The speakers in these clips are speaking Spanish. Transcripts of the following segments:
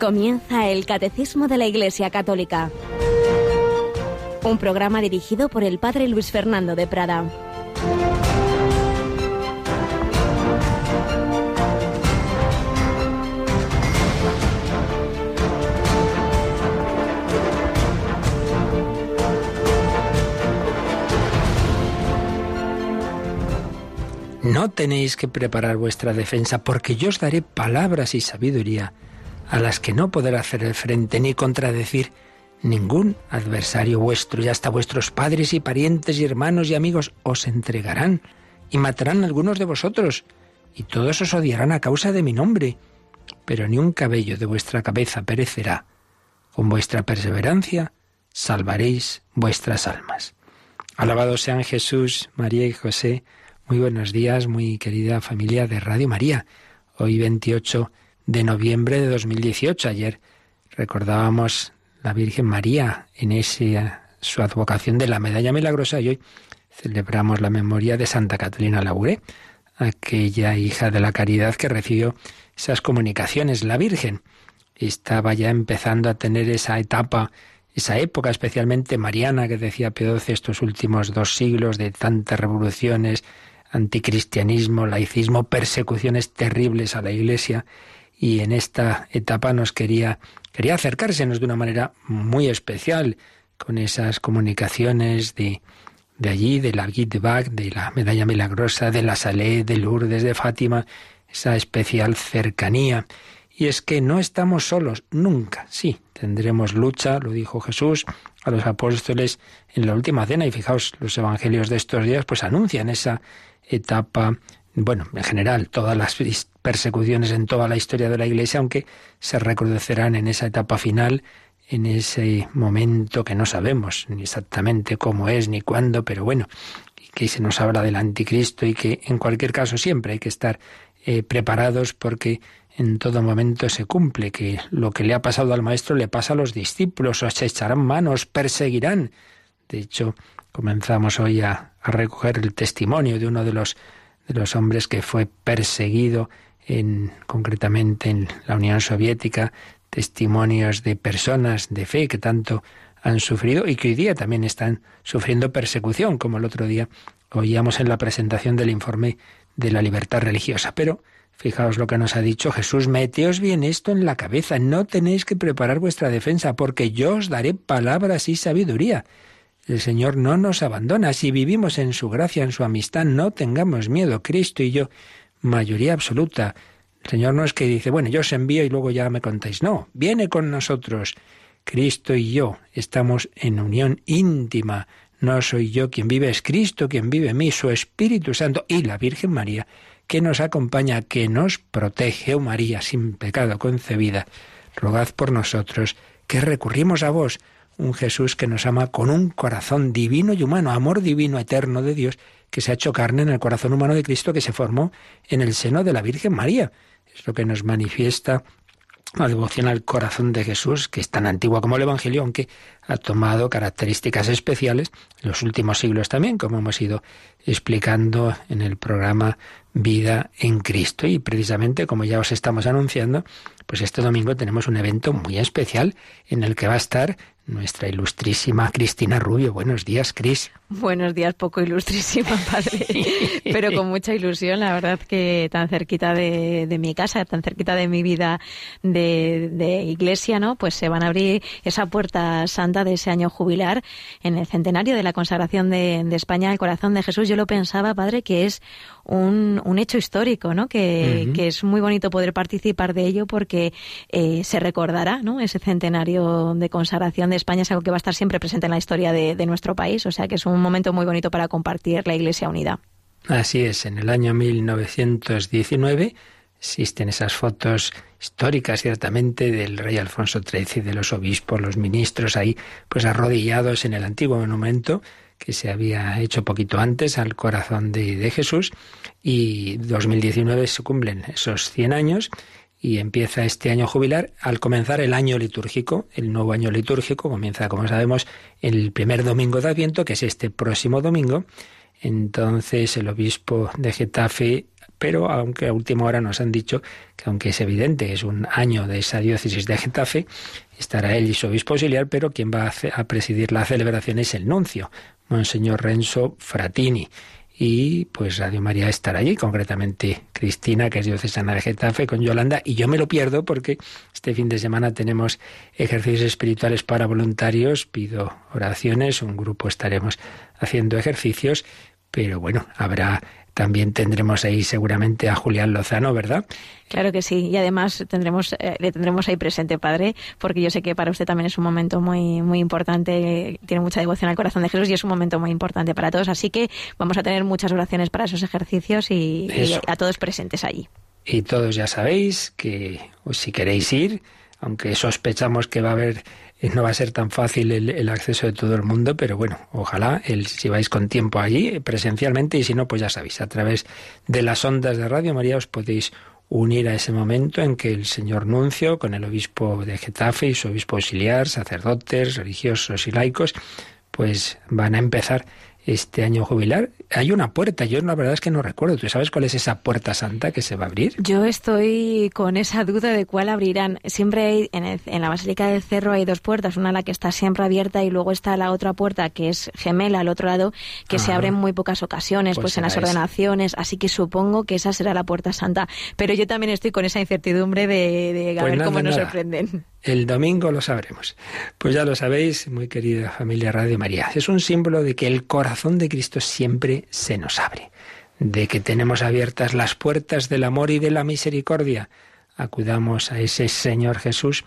Comienza el Catecismo de la Iglesia Católica, un programa dirigido por el Padre Luis Fernando de Prada. No tenéis que preparar vuestra defensa, porque yo os daré palabras y sabiduría a las que no podrá hacer frente ni contradecir ningún adversario vuestro, y hasta vuestros padres y parientes y hermanos y amigos os entregarán y matarán a algunos de vosotros, y todos os odiarán a causa de mi nombre, pero ni un cabello de vuestra cabeza perecerá. Con vuestra perseverancia salvaréis vuestras almas. Alabados sean Jesús, María y José. Muy buenos días, muy querida familia de Radio María. Hoy 28 de noviembre de 2018. Ayer recordábamos la Virgen María en su advocación de la Medalla Milagrosa, y hoy celebramos la memoria de Santa Catalina Labouré, aquella hija de la caridad que recibió esas comunicaciones. La Virgen estaba ya empezando a tener esa etapa, esa época especialmente mariana que decía Pío XII, estos últimos 2 siglos de tantas revoluciones, anticristianismo, laicismo, persecuciones terribles a la Iglesia, y en esta etapa quería acercársenos de una manera muy especial con esas comunicaciones de allí, de la Guide de Bac, de la Medalla Milagrosa, de la Salé, de Lourdes, de Fátima, esa especial cercanía. Y es que no estamos solos, nunca. Sí, tendremos lucha, lo dijo Jesús a los apóstoles en la última cena, y fijaos, los evangelios de estos días pues anuncian esa etapa. Bueno, en general, todas las persecuciones en toda la historia de la Iglesia, aunque se recrudecerán en esa etapa final, en ese momento que no sabemos ni exactamente cómo es ni cuándo, pero bueno, que se nos habla del anticristo, y que en cualquier caso siempre hay que estar preparados, porque en todo momento se cumple que lo que le ha pasado al Maestro le pasa a los discípulos: os echarán manos, perseguirán. De hecho, comenzamos hoy a recoger el testimonio de uno de los hombres que fue perseguido concretamente en la Unión Soviética, testimonios de personas de fe que tanto han sufrido y que hoy día también están sufriendo persecución, como el otro día oíamos en la presentación del informe de la libertad religiosa. Pero fijaos lo que nos ha dicho Jesús: meteos bien esto en la cabeza, no tenéis que preparar vuestra defensa, porque yo os daré palabras y sabiduría. El Señor no nos abandona. Si vivimos en su gracia, en su amistad, no tengamos miedo. Cristo y yo, mayoría absoluta. El Señor no es que dice, bueno, yo os envío y luego ya me contáis. No, viene con nosotros. Cristo y yo estamos en unión íntima. No soy yo quien vive, es Cristo quien vive en mí, su Espíritu Santo y la Virgen María, que nos acompaña, que nos protege. Oh María, sin pecado concebida, rogad por nosotros, que recurrimos a vos. Un Jesús que nos ama con un corazón divino y humano, amor divino eterno de Dios, que se ha hecho carne en el corazón humano de Cristo, que se formó en el seno de la Virgen María. Es lo que nos manifiesta la devoción al corazón de Jesús, que es tan antigua como el Evangelio, aunque ha tomado características especiales en los últimos siglos también, como hemos ido explicando en el programa Vida en Cristo. Y precisamente, como ya os estamos anunciando, pues este domingo tenemos un evento muy especial en el que va a estar nuestra ilustrísima Cristina Rubio. Buenos días, Cris. Buenos días, poco ilustrísima, padre, pero con mucha ilusión. La verdad que tan cerquita de mi casa, tan cerquita de mi vida de iglesia, ¿no? Pues se van a abrir esa puerta santa de ese año jubilar en el centenario de la consagración de España al corazón de Jesús. Yo lo pensaba, padre, que es un hecho histórico, ¿no? Que es muy bonito poder participar de ello, porque se recordará, ¿no? Ese centenario de consagración de España es algo que va a estar siempre presente en la historia de nuestro país, o sea que es un momento muy bonito para compartir la Iglesia unida. Así es, en el año 1919 existen esas fotos históricas, ciertamente, del rey Alfonso XIII, de los obispos, los ministros ahí, pues arrodillados en el antiguo monumento que se había hecho poquito antes al corazón de Jesús, y 2019 se cumplen esos 100 años, y empieza este año jubilar. Al comenzar el año litúrgico, el nuevo año litúrgico comienza, como sabemos, el primer domingo de Adviento, que es este próximo domingo. Entonces el obispo de Getafe pero aunque a última hora nos han dicho que aunque es evidente que es un año de esa diócesis de Getafe, estará él y su obispo auxiliar, pero quien va a presidir la celebración es el nuncio, Monseñor Renzo Fratini. Y pues Radio María estará allí, concretamente Cristina, que es diocesana de Getafe, con Yolanda, y yo me lo pierdo porque este fin de semana tenemos ejercicios espirituales para voluntarios, pido oraciones, un grupo estaremos haciendo ejercicios, pero bueno, también tendremos ahí seguramente a Julián Lozano, ¿verdad? Claro que sí, y además le tendremos ahí presente, Padre, porque yo sé que para usted también es un momento muy, muy importante, tiene mucha devoción al corazón de Jesús y es un momento muy importante para todos, así que vamos a tener muchas oraciones para esos ejercicios y a todos presentes allí. Y todos ya sabéis que si queréis ir, aunque sospechamos que no va a ser tan fácil el acceso de todo el mundo, pero bueno, ojalá si vais con tiempo allí, presencialmente, y si no, pues ya sabéis, a través de las ondas de Radio María os podéis unir a ese momento en que el señor nuncio, con el obispo de Getafe y su obispo auxiliar, sacerdotes, religiosos y laicos, pues van a empezar este año jubilar. Hay una puerta, yo la verdad es que no recuerdo. ¿Tú sabes cuál es esa puerta santa que se va a abrir? Yo estoy con esa duda de cuál abrirán. Siempre hay, en la Basílica del Cerro hay dos puertas, una la que está siempre abierta y luego está la otra puerta que es gemela al otro lado, que se abre en muy pocas ocasiones, pues en las ordenaciones, así que supongo que esa será la puerta santa. Pero yo también estoy con esa incertidumbre de a ver cómo nos sorprenden. El domingo lo sabremos. Pues ya lo sabéis, muy querida familia Radio María. Es un símbolo de que el corazón de Cristo siempre se nos abre, de que tenemos abiertas las puertas del amor y de la misericordia. Acudamos a ese Señor Jesús,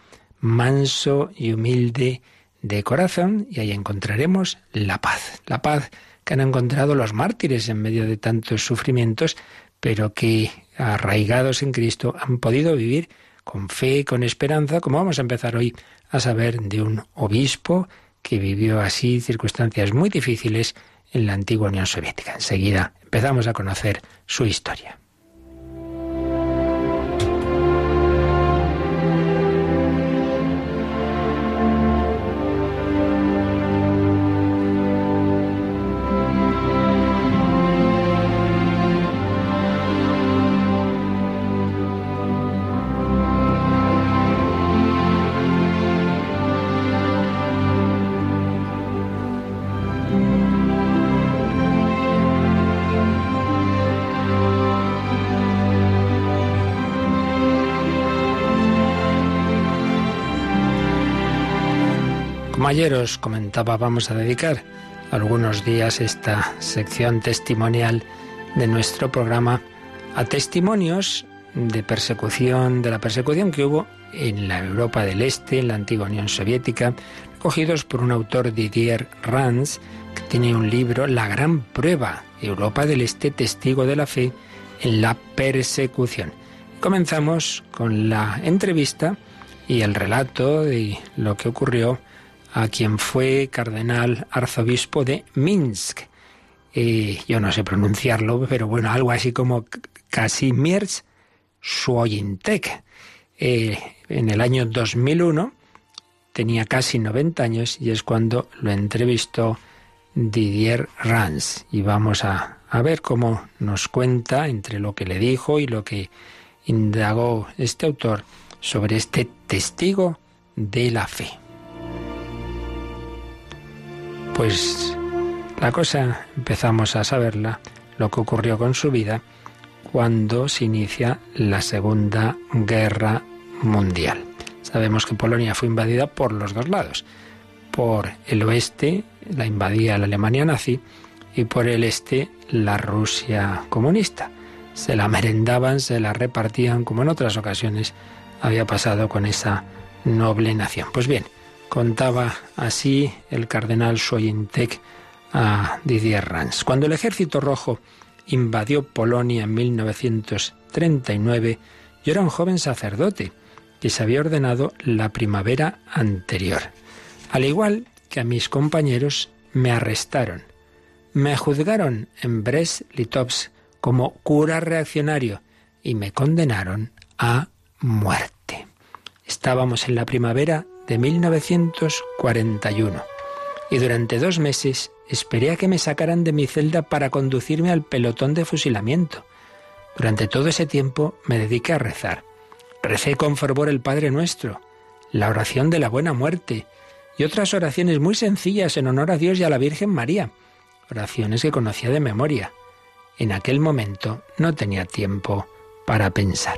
manso y humilde de corazón, y ahí encontraremos la paz que han encontrado los mártires en medio de tantos sufrimientos, pero que, arraigados en Cristo, han podido vivir con fe, con esperanza, como vamos a empezar hoy a saber de un obispo que vivió así circunstancias muy difíciles en la antigua Unión Soviética. Enseguida empezamos a conocer su historia. Ayer os comentaba, vamos a dedicar algunos días esta sección testimonial de nuestro programa a testimonios de la persecución que hubo en la Europa del Este, en la antigua Unión Soviética, recogidos por un autor, Didier Rans, que tiene un libro, La Gran Prueba, Europa del Este, testigo de la fe en la persecución. Comenzamos con la entrevista y el relato de lo que ocurrió a quien fue cardenal arzobispo de Minsk. Yo no sé pronunciarlo, pero bueno, algo así como Kazimierz Swointek. En el año 2001 tenía casi 90 años y es cuando lo entrevistó Didier Rans. Y vamos a ver cómo nos cuenta, entre lo que le dijo y lo que indagó este autor, sobre este testigo de la fe. Pues la cosa empezamos a saberla, lo que ocurrió con su vida cuando se inicia la Segunda Guerra Mundial. Sabemos que Polonia fue invadida por los dos lados. Por el oeste la invadía la Alemania nazi y por el este la Rusia comunista. Se la merendaban, se la repartían, como en otras ocasiones había pasado con esa noble nación. Pues bien, contaba así el cardenal Swointek a Didier Rans. Cuando el Ejército Rojo invadió Polonia en 1939, yo era un joven sacerdote que se había ordenado la primavera anterior. Al igual que a mis compañeros, me arrestaron. Me juzgaron en Brest-Litovsk como cura reaccionario y me condenaron a muerte. Estábamos en la primavera de 1941 y durante 2 meses esperé a que me sacaran de mi celda para conducirme al pelotón de fusilamiento. Durante todo ese tiempo me dediqué a rezar. Recé con fervor el Padre Nuestro, la oración de la Buena Muerte y otras oraciones muy sencillas en honor a Dios y a la Virgen María, oraciones que conocía de memoria. En aquel momento no tenía tiempo para pensar.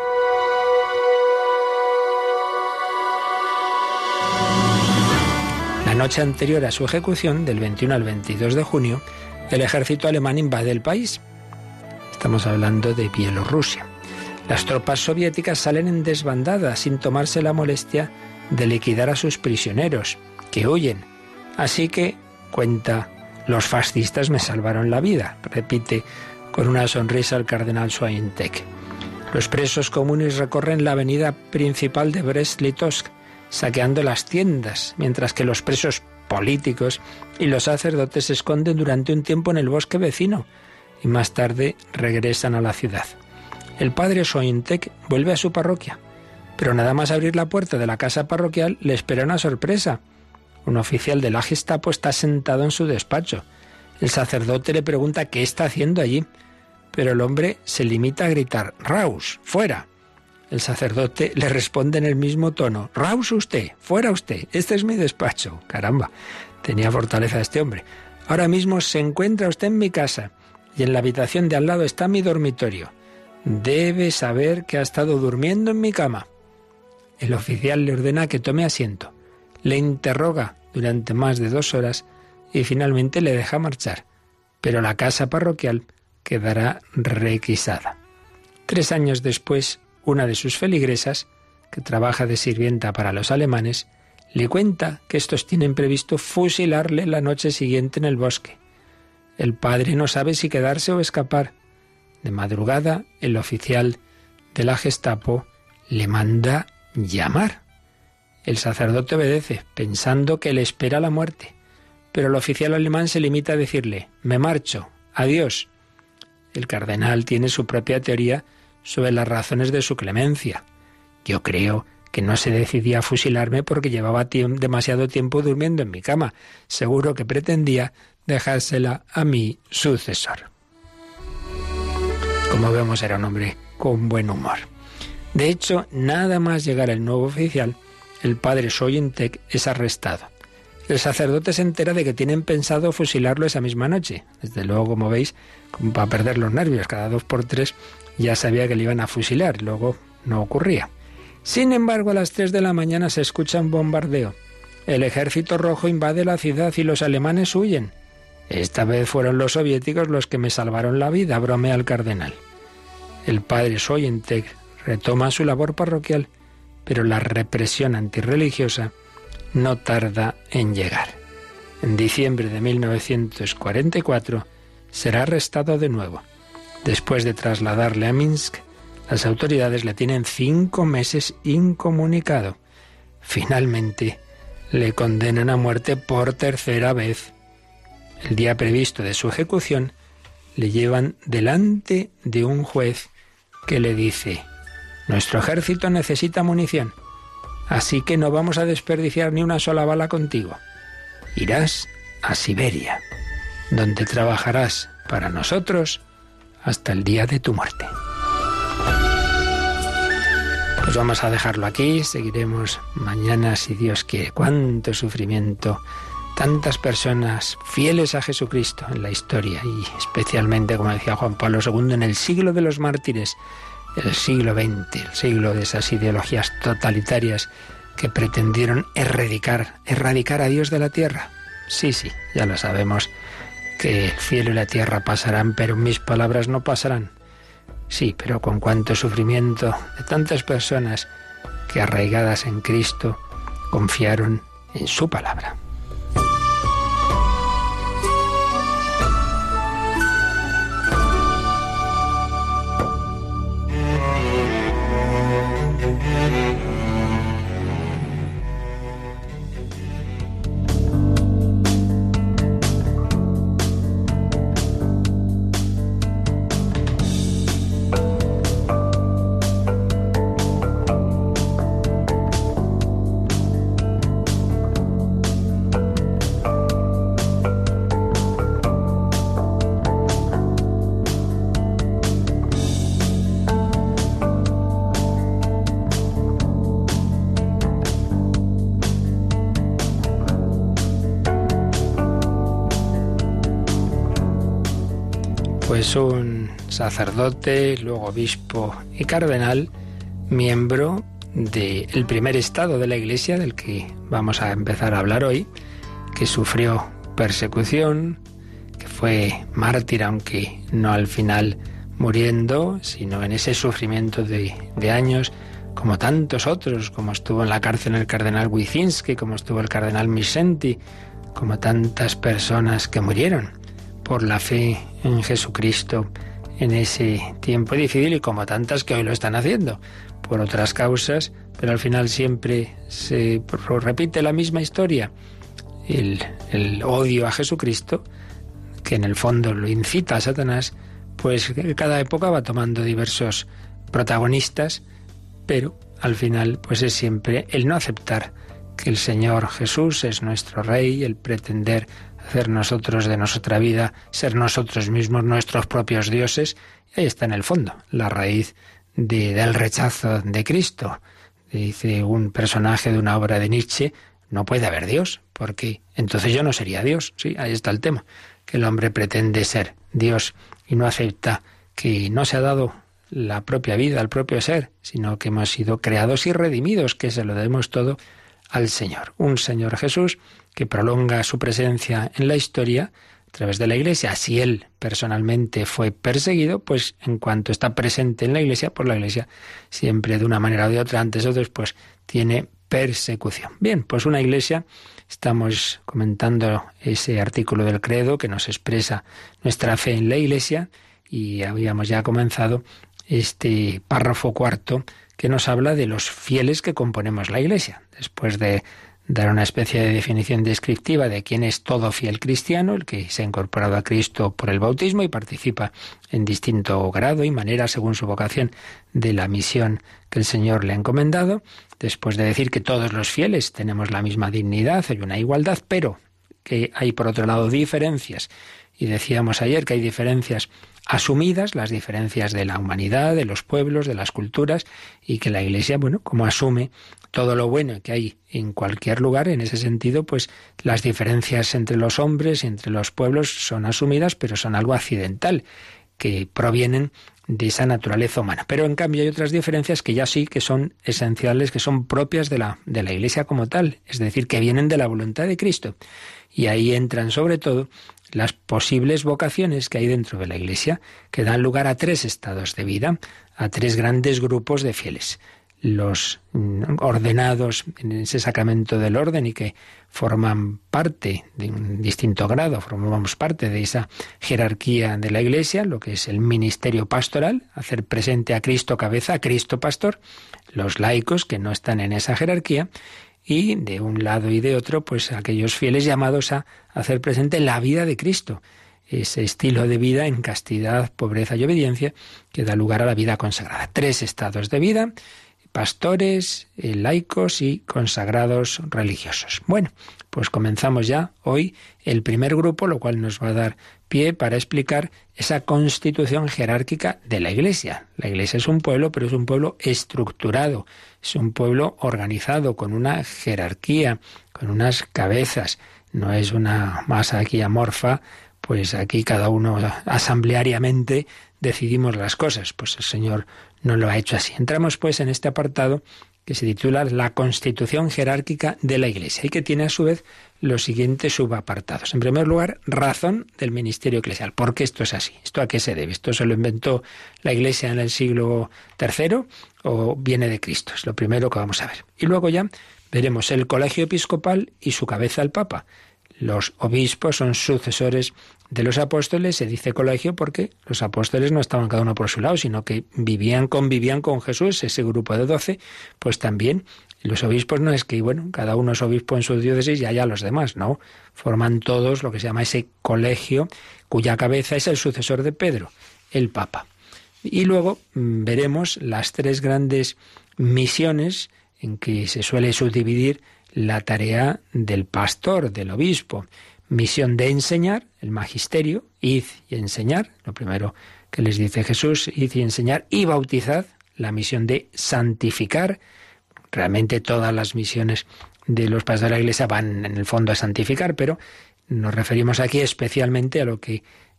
La noche anterior a su ejecución, del 21 al 22 de junio, el ejército alemán invade el país. Estamos hablando de Bielorrusia. Las tropas soviéticas salen en desbandada sin tomarse la molestia de liquidar a sus prisioneros, que huyen. Así que, cuenta, los fascistas me salvaron la vida, repite con una sonrisa el cardenal Schweintek. Los presos comunes recorren la avenida principal de Brest-Litovsk, saqueando las tiendas, mientras que los presos políticos y los sacerdotes se esconden durante un tiempo en el bosque vecino y más tarde regresan a la ciudad. El padre Schweintek vuelve a su parroquia, pero nada más abrir la puerta de la casa parroquial le espera una sorpresa. Un oficial de la Gestapo está sentado en su despacho. El sacerdote le pregunta qué está haciendo allí, pero el hombre se limita a gritar: «Raus, fuera». El sacerdote le responde en el mismo tono: «Raus usted, fuera usted, este es mi despacho». Caramba, tenía fortaleza este hombre. «Ahora mismo se encuentra usted en mi casa y en la habitación de al lado está mi dormitorio. Debe saber que ha estado durmiendo en mi cama». El oficial le ordena que tome asiento. Le interroga durante más de 2 horas y finalmente le deja marchar. Pero la casa parroquial quedará requisada. 3 años después, una de sus feligresas, que trabaja de sirvienta para los alemanes, le cuenta que estos tienen previsto fusilarle la noche siguiente en el bosque. El padre no sabe si quedarse o escapar. De madrugada, el oficial de la Gestapo le manda llamar. El sacerdote obedece, pensando que le espera la muerte. Pero el oficial alemán se limita a decirle: «Me marcho, adiós». El cardenal tiene su propia teoría sobre las razones de su clemencia. «Yo creo que no se decidía a fusilarme porque llevaba demasiado tiempo durmiendo en mi cama. Seguro que pretendía dejársela a mi sucesor». Como vemos, era un hombre con buen humor. De hecho, nada más llegar el nuevo oficial, el padre Schweintek es arrestado. El sacerdote se entera de que tienen pensado fusilarlo esa misma noche. Desde luego, como veis, como para perder los nervios, cada 2 por 3 ya sabía que le iban a fusilar, luego no ocurría. Sin embargo, a las 3 de la mañana se escucha un bombardeo. El ejército rojo invade la ciudad y los alemanes huyen. «Esta vez fueron los soviéticos los que me salvaron la vida», bromea el cardenal. El padre Schweintek retoma su labor parroquial, pero la represión antirreligiosa no tarda en llegar. En diciembre de 1944 será arrestado de nuevo. Después de trasladarle a Minsk, las autoridades le tienen 5 meses incomunicado. Finalmente, le condenan a muerte por 3ª vez. El día previsto de su ejecución, le llevan delante de un juez que le dice: «Nuestro ejército necesita munición, así que no vamos a desperdiciar ni una sola bala contigo. Irás a Siberia, donde trabajarás para nosotros hasta el día de tu muerte». Pues vamos a dejarlo aquí, seguiremos mañana si Dios quiere. Cuánto sufrimiento, tantas personas fieles a Jesucristo en la historia y especialmente, como decía Juan Pablo II, en el siglo de los mártires, el siglo XX, el siglo de esas ideologías totalitarias que pretendieron erradicar a Dios de la tierra. Sí, ya lo sabemos, que el cielo y la tierra pasarán, pero mis palabras no pasarán. Sí, pero con cuánto sufrimiento de tantas personas que, arraigadas en Cristo, confiaron en su palabra. Pues un sacerdote, luego obispo y cardenal, miembro del primer estado de la Iglesia, del que vamos a empezar a hablar hoy, que sufrió persecución, que fue mártir, aunque no al final muriendo, sino en ese sufrimiento de años, como tantos otros, como estuvo en la cárcel el cardenal Wyszynski, como estuvo el cardenal Misenti, como tantas personas que murieron por la fe en Jesucristo en ese tiempo difícil, y como tantas que hoy lo están haciendo por otras causas, pero al final siempre se repite la misma historia, el odio a Jesucristo, que en el fondo lo incita a Satanás. Pues cada época va tomando diversos protagonistas, pero al final pues es siempre el no aceptar que el Señor Jesús es nuestro Rey, el pretender hacer nosotros de nuestra vida, ser nosotros mismos nuestros propios dioses. Y ahí está en el fondo la raíz del rechazo de Cristo. Dice un personaje de una obra de Nietzsche: no puede haber Dios, porque entonces yo no sería Dios. Sí, ahí está el tema, que el hombre pretende ser Dios y no acepta que no se ha dado la propia vida, el propio ser, sino que hemos sido creados y redimidos, que se lo debemos todo al Señor. Un Señor Jesús que prolonga su presencia en la historia a través de la Iglesia. Si Él personalmente fue perseguido, pues en cuanto está presente en la Iglesia, pues la Iglesia siempre de una manera o de otra, antes o después, tiene persecución. Bien, pues una Iglesia, estamos comentando ese artículo del credo que nos expresa nuestra fe en la Iglesia, y habíamos ya comenzado este párrafo cuarto que nos habla de los fieles que componemos la Iglesia. Después de dar una especie de definición descriptiva de quién es todo fiel cristiano, el que se ha incorporado a Cristo por el bautismo y participa en distinto grado y manera según su vocación de la misión que el Señor le ha encomendado. Después de decir que todos los fieles tenemos la misma dignidad, hay una igualdad, pero que hay por otro lado diferencias. Y decíamos ayer que hay diferencias asumidas, las diferencias de la humanidad, de los pueblos, de las culturas, y que la Iglesia, bueno, como asume todo lo bueno que hay en cualquier lugar, en ese sentido, pues las diferencias entre los hombres y entre los pueblos son asumidas, pero son algo accidental, que provienen de esa naturaleza humana. Pero en cambio hay otras diferencias que ya sí que son esenciales, que son propias de la Iglesia como tal, es decir, que vienen de la voluntad de Cristo. Y ahí entran sobre todo las posibles vocaciones que hay dentro de la Iglesia, que dan lugar a tres estados de vida, a tres grandes grupos de fieles. Los ordenados en ese sacramento del orden y que forman parte de un distinto grado, formamos parte de esa jerarquía de la Iglesia, lo que es el ministerio pastoral, hacer presente a Cristo cabeza, a Cristo pastor, los laicos que no están en esa jerarquía, y de un lado y de otro, pues aquellos fieles llamados a hacer presente la vida de Cristo, ese estilo de vida en castidad, pobreza y obediencia que da lugar a la vida consagrada. Tres estados de vida: pastores, laicos y consagrados religiosos. Bueno, pues comenzamos ya hoy el primer grupo, lo cual nos va a dar pie para explicar esa constitución jerárquica de la Iglesia. La Iglesia es un pueblo, pero es un pueblo estructurado, es un pueblo organizado, con una jerarquía, con unas cabezas. No es una masa aquí amorfa, pues aquí cada uno asambleariamente decidimos las cosas. Pues el Señor no lo ha hecho así. Entramos pues en este apartado que se titula La Constitución Jerárquica de la Iglesia y que tiene a su vez los siguientes subapartados. En primer lugar, razón del ministerio eclesial. ¿Por qué esto es así? ¿Esto a qué se debe? ¿Esto se lo inventó la Iglesia en el siglo III o viene de Cristo? Es lo primero que vamos a ver. Y luego ya veremos el colegio episcopal y su cabeza, el Papa. Los obispos son sucesores de los apóstoles. Se dice colegio porque los apóstoles no estaban cada uno por su lado, sino que convivían con Jesús. Ese grupo de 12, pues también los obispos no es que, bueno, cada uno es obispo en su diócesis y allá los demás, no. Forman todos lo que se llama ese colegio, cuya cabeza es el sucesor de Pedro, el Papa. Y luego veremos las tres grandes misiones en que se suele subdividir la tarea del pastor, del obispo. Misión de enseñar, el magisterio, id y enseñar, lo primero que les dice Jesús, id y enseñar, y bautizad, la misión de santificar. Realmente todas las misiones de los pastores de la Iglesia van en el fondo a santificar, pero nos referimos aquí especialmente a lo que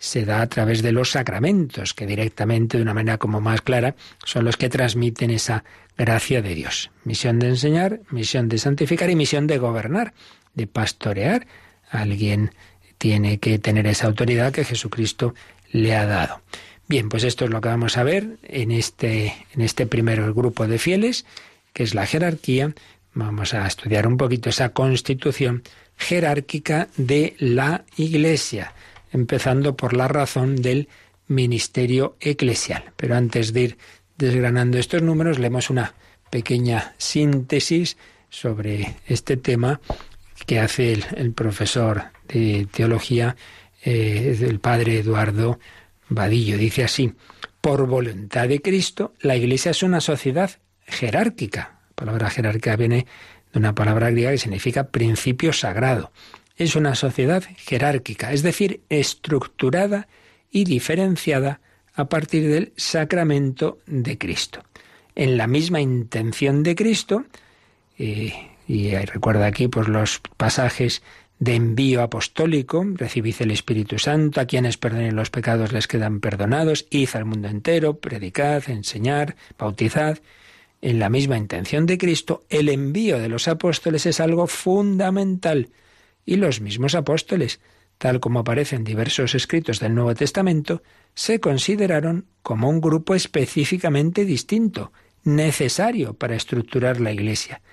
se da a través de los sacramentos, que directamente, de una manera como más clara, son los que transmiten esa gracia de Dios. Misión de enseñar, misión de santificar y misión de gobernar, de pastorear. Alguien tiene que tener esa autoridad que Jesucristo le ha dado. Bien, pues esto es lo que vamos a ver en este primer grupo de fieles, que es la jerarquía. Vamos a estudiar un poquito esa constitución jerárquica de la Iglesia, empezando por la razón del ministerio eclesial. Pero antes de ir desgranando estos números, leemos una pequeña síntesis sobre este tema que hace el profesor de teología, el padre Eduardo Vadillo. Dice así: por voluntad de Cristo, la Iglesia es una sociedad jerárquica. La palabra jerárquica viene de una palabra griega que significa principio sagrado. Es una sociedad jerárquica, es decir, estructurada y diferenciada a partir del sacramento de Cristo. En la misma intención de Cristo, y recuerda aquí pues los pasajes de envío apostólico: recibid el Espíritu Santo, a quienes perdonen los pecados les quedan perdonados, id al mundo entero, predicad, enseñar, bautizad. En la misma intención de Cristo, el envío de los apóstoles es algo fundamental. Y los mismos apóstoles, tal como aparece en diversos escritos del Nuevo Testamento, se consideraron como un grupo específicamente distinto, necesario para estructurar la Iglesia,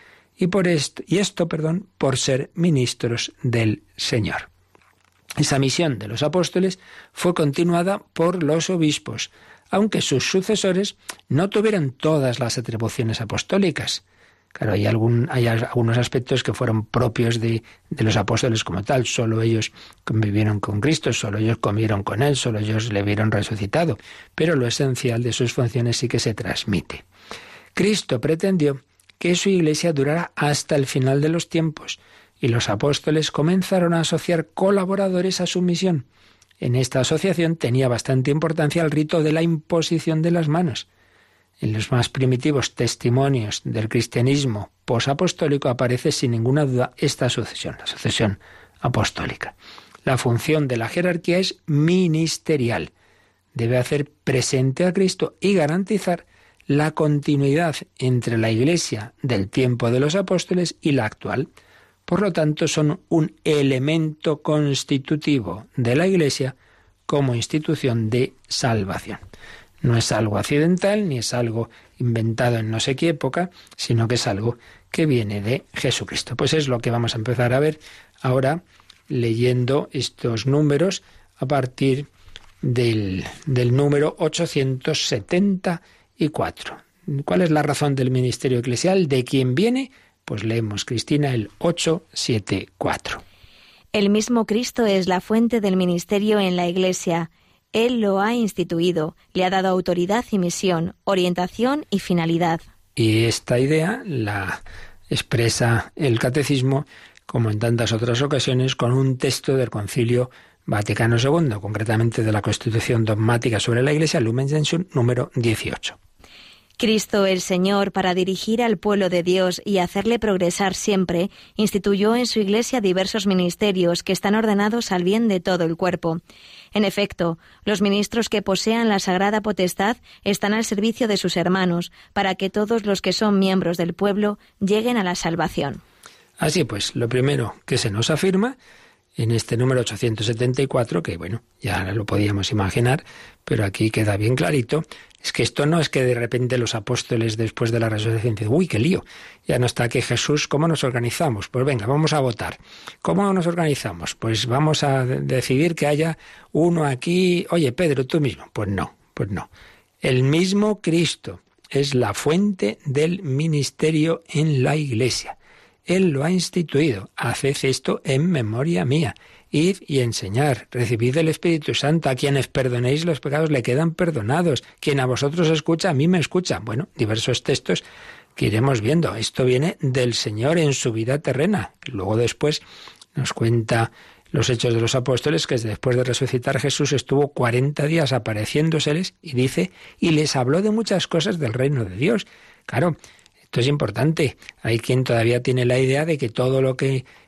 por ser ministros del Señor. Esa misión de los apóstoles fue continuada por los obispos, aunque sus sucesores no tuvieron todas las atribuciones apostólicas. Claro, hay algunos aspectos que fueron propios de los apóstoles como tal. Solo ellos convivieron con Cristo, solo ellos comieron con Él, solo ellos le vieron resucitado. Pero lo esencial de sus funciones sí que se transmite. Cristo pretendió que su Iglesia durara hasta el final de los tiempos, y los apóstoles comenzaron a asociar colaboradores a su misión. En esta asociación tenía bastante importancia el rito de la imposición de las manos. En los más primitivos testimonios del cristianismo posapostólico aparece sin ninguna duda esta sucesión, la sucesión apostólica. La función de la jerarquía es ministerial. Debe hacer presente a Cristo y garantizar la continuidad entre la Iglesia del tiempo de los apóstoles y la actual. Por lo tanto, son un elemento constitutivo de la Iglesia como institución de salvación. No es algo accidental ni es algo inventado en no sé qué época, sino que es algo que viene de Jesucristo. Pues es lo que vamos a empezar a ver ahora leyendo estos números a partir del número 874. ¿Cuál es la razón del ministerio eclesial? ¿De quién viene? Pues leemos, Cristina, el 874. El mismo Cristo es la fuente del ministerio en la Iglesia. Él lo ha instituido, le ha dado autoridad y misión, orientación y finalidad. Y esta idea la expresa el Catecismo, como en tantas otras ocasiones, con un texto del Concilio Vaticano II, concretamente de la Constitución Dogmática sobre la Iglesia, Lumen Gentium, número 18. Cristo el Señor, para dirigir al pueblo de Dios y hacerle progresar siempre, instituyó en su Iglesia diversos ministerios que están ordenados al bien de todo el cuerpo. En efecto, los ministros que posean la sagrada potestad están al servicio de sus hermanos, para que todos los que son miembros del pueblo lleguen a la salvación. Así pues, lo primero que se nos afirma en este número 874, que bueno, ya lo podíamos imaginar, pero aquí queda bien clarito, es que esto no es que de repente los apóstoles después de la resurrección dicen, uy, qué lío, ya no está aquí Jesús, ¿cómo nos organizamos? Pues venga, vamos a votar. ¿Cómo nos organizamos? Pues vamos a decidir que haya uno aquí, oye, Pedro, tú mismo. Pues no. El mismo Cristo es la fuente del ministerio en la Iglesia. Él lo ha instituido. Haced esto en memoria mía. Id y enseñar. Recibid el Espíritu Santo. A quienes perdonéis los pecados le quedan perdonados. Quien a vosotros escucha, a mí me escucha. Bueno, diversos textos que iremos viendo. Esto viene del Señor en su vida terrena. Luego después nos cuenta los Hechos de los Apóstoles que después de resucitar Jesús estuvo 40 días apareciéndoseles y dice, y les habló de muchas cosas del reino de Dios. Claro, esto es importante. Hay quien todavía tiene la idea de que todo lo que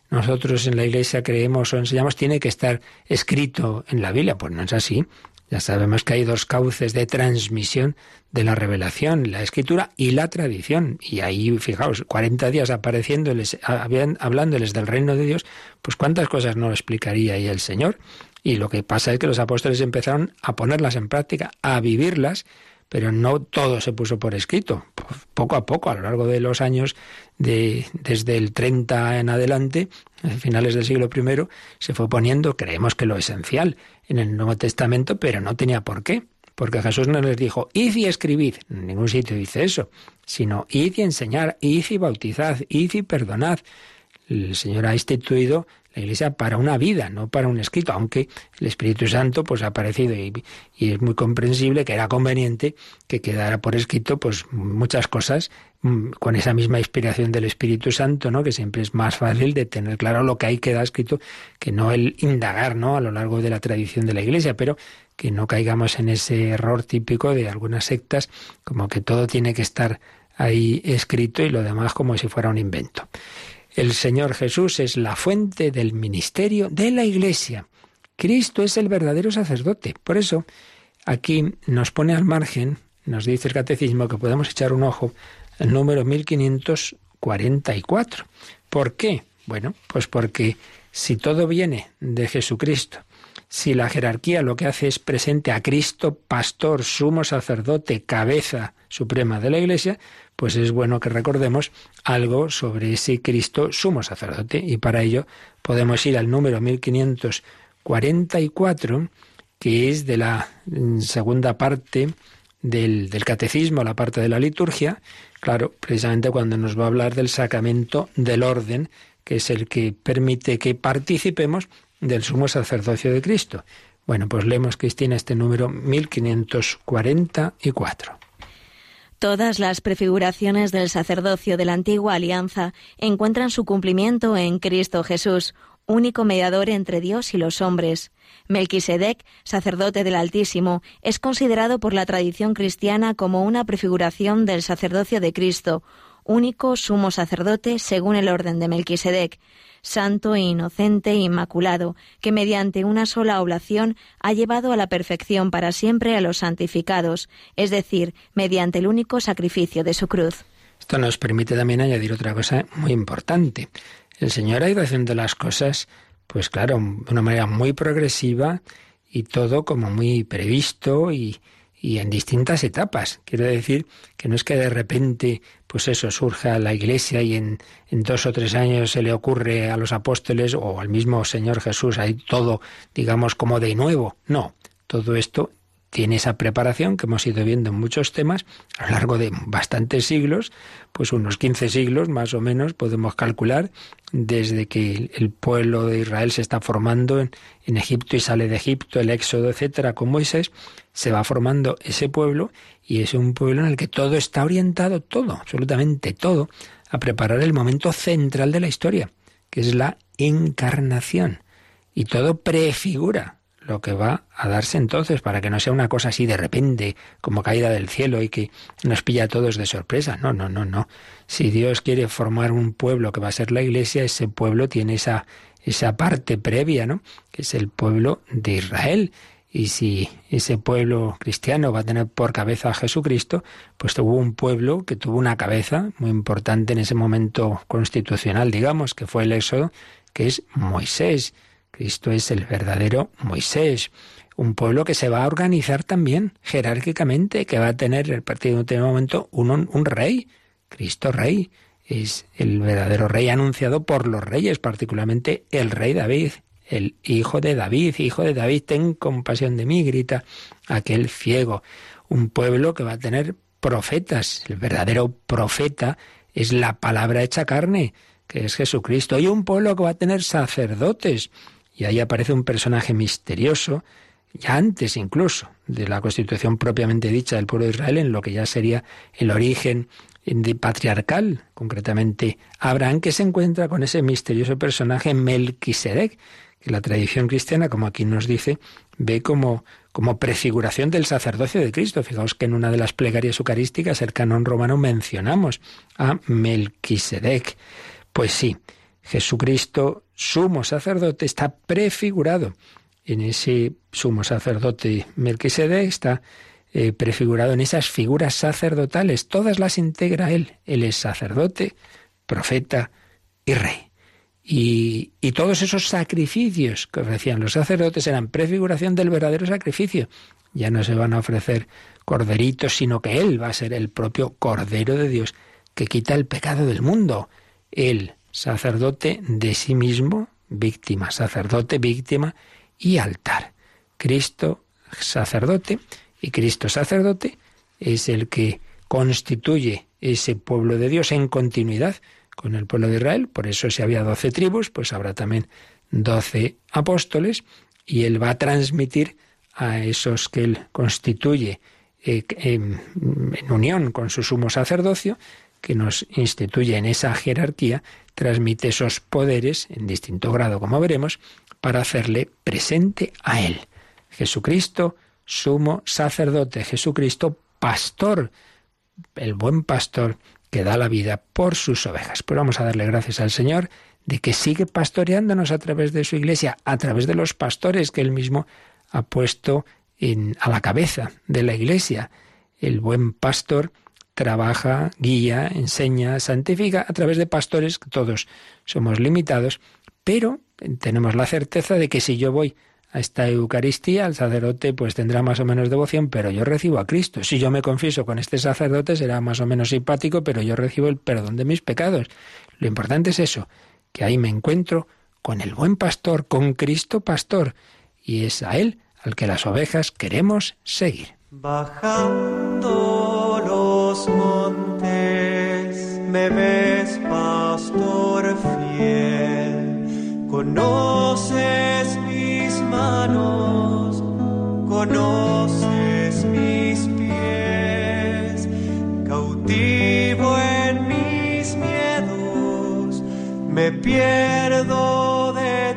nosotros en la Iglesia creemos o enseñamos tiene que estar escrito en la Biblia. Pues no es así. Ya sabemos que hay dos cauces de transmisión de la revelación, la escritura y la tradición. Y ahí, fijaos, 40 días apareciéndoles, hablándoles del reino de Dios, pues cuántas cosas no explicaría ahí el Señor. Y lo que pasa es que los apóstoles empezaron a ponerlas en práctica, a vivirlas, pero no todo se puso por escrito. Poco a poco, a lo largo de los años, desde el 30 en adelante, a finales del siglo I, se fue poniendo, creemos que lo esencial, en el Nuevo Testamento, pero no tenía por qué. Porque Jesús no les dijo, id y escribid. En ningún sitio dice eso. Sino, id y enseñar, id y bautizad, id y perdonad. El Señor ha instituido la Iglesia para una vida, no para un escrito, aunque el Espíritu Santo pues ha aparecido y es muy comprensible que era conveniente que quedara por escrito pues muchas cosas con esa misma inspiración del Espíritu Santo, ¿no? Que siempre es más fácil de tener claro lo que ahí queda escrito que no el indagar, ¿no? A lo largo de la tradición de la Iglesia, pero que no caigamos en ese error típico de algunas sectas, como que todo tiene que estar ahí escrito y lo demás como si fuera un invento. El Señor Jesús es la fuente del ministerio de la Iglesia. Cristo es el verdadero sacerdote. Por eso, aquí nos pone al margen, nos dice el Catecismo, que podemos echar un ojo al número 1544. ¿Por qué? Bueno, pues porque si todo viene de Jesucristo, si la jerarquía lo que hace es presente a Cristo, pastor, sumo sacerdote, cabeza suprema de la Iglesia, pues es bueno que recordemos algo sobre ese Cristo sumo sacerdote. Y para ello podemos ir al número 1544, que es de la segunda parte del Catecismo, la parte de la liturgia, claro, precisamente cuando nos va a hablar del sacramento del orden, que es el que permite que participemos del sumo sacerdocio de Cristo. Bueno, pues leemos, Cristina, este número 1544. Todas las prefiguraciones del sacerdocio de la antigua alianza encuentran su cumplimiento en Cristo Jesús, único mediador entre Dios y los hombres. Melquisedec, sacerdote del Altísimo, es considerado por la tradición cristiana como una prefiguración del sacerdocio de Cristo, único sumo sacerdote según el orden de Melquisedec, santo e inocente e inmaculado, que mediante una sola oblación ha llevado a la perfección para siempre a los santificados, es decir, mediante el único sacrificio de su cruz. Esto nos permite también añadir otra cosa muy importante. El Señor ha ido haciendo las cosas, pues claro, de una manera muy progresiva y todo como muy previsto y en distintas etapas. Quiero decir que no es que de repente, pues eso, surja la Iglesia y en 2 o 3 años se le ocurre a los apóstoles o al mismo Señor Jesús, ahí todo, digamos, como de nuevo. No, todo esto tiene esa preparación que hemos ido viendo en muchos temas a lo largo de bastantes siglos, pues unos 15 siglos más o menos podemos calcular, desde que el pueblo de Israel se está formando en Egipto y sale de Egipto, el éxodo, etcétera, con Moisés, se va formando ese pueblo y es un pueblo en el que todo está orientado, todo, absolutamente todo, a preparar el momento central de la historia, que es la encarnación. Y todo prefigura lo que va a darse entonces, para que no sea una cosa así de repente, como caída del cielo y que nos pilla a todos de sorpresa. No. Si Dios quiere formar un pueblo que va a ser la Iglesia, ese pueblo tiene esa parte previa, ¿no? Que es el pueblo de Israel. Y si ese pueblo cristiano va a tener por cabeza a Jesucristo, pues hubo un pueblo que tuvo una cabeza muy importante en ese momento constitucional, digamos, que fue el Éxodo, que es Moisés. Cristo es el verdadero Moisés, un pueblo que se va a organizar también jerárquicamente, que va a tener a partir de un momento un rey. Cristo rey es el verdadero rey anunciado por los reyes, particularmente el rey David, el hijo de David, ten compasión de mí, grita aquel ciego. Un pueblo que va a tener profetas, el verdadero profeta es la palabra hecha carne, que es Jesucristo, y un pueblo que va a tener sacerdotes. Y ahí aparece un personaje misterioso, ya antes incluso de la constitución propiamente dicha del pueblo de Israel, en lo que ya sería el origen patriarcal, concretamente Abraham, que se encuentra con ese misterioso personaje Melquisedec, que la tradición cristiana, como aquí nos dice, ve como prefiguración del sacerdocio de Cristo. Fijaos que en una de las plegarias eucarísticas, el Canon romano, mencionamos a Melquisedec. Pues sí, Jesucristo, sumo sacerdote, está prefigurado en ese sumo sacerdote Melquisedec, está prefigurado en esas figuras sacerdotales. Todas las integra él. Él es sacerdote, profeta y rey. Y todos esos sacrificios que ofrecían los sacerdotes eran prefiguración del verdadero sacrificio. Ya no se van a ofrecer corderitos, sino que Él va a ser el propio Cordero de Dios que quita el pecado del mundo. Él, sacerdote de sí mismo, víctima, sacerdote, víctima y altar. Cristo, sacerdote, y Cristo, sacerdote, es el que constituye ese pueblo de Dios en continuidad con el pueblo de Israel. Por eso, si había 12 tribus, pues habrá también 12 apóstoles, y Él va a transmitir a esos que Él constituye en unión con su sumo sacerdocio, que nos instituye en esa jerarquía, transmite esos poderes en distinto grado, como veremos, para hacerle presente a Él. Jesucristo, sumo sacerdote, Jesucristo, pastor, el buen pastor que da la vida por sus ovejas. Pues vamos a darle gracias al Señor de que sigue pastoreándonos a través de su Iglesia, a través de los pastores que Él mismo ha puesto a la cabeza de la Iglesia. El buen pastor trabaja, guía, enseña, santifica a través de pastores, que todos somos limitados, pero tenemos la certeza de que si yo voy a esta Eucaristía, el sacerdote pues tendrá más o menos devoción, pero yo recibo a Cristo. Si yo me confieso con este sacerdote será más o menos simpático, pero yo recibo el perdón de mis pecados. Lo importante es eso, que ahí me encuentro con el buen pastor, con Cristo pastor, y es a Él al que las ovejas queremos seguir. Bajando los montes, me ves, pastor fiel, conoces mis manos, conoces mis pies, cautivo en mis miedos, me pierdo de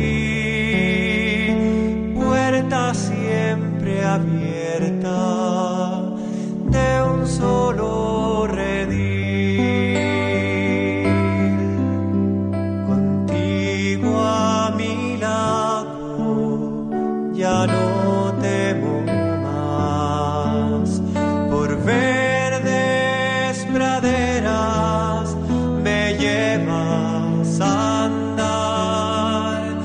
ti, puerta siempre abierta de un solo redil, contigo a mi lado ya no temo más, por verdes praderas me llevas a andar,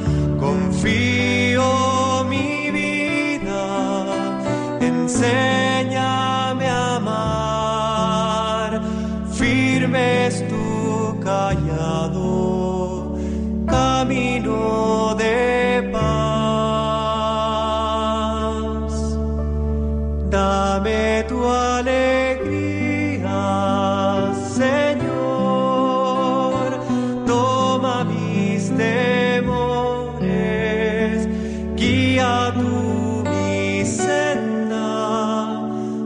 confío mi vida, enséñame a amar, firme es tu callado, camino de paz. Dame tu alegría, Señor, toma mis temores, guía tú mi senda,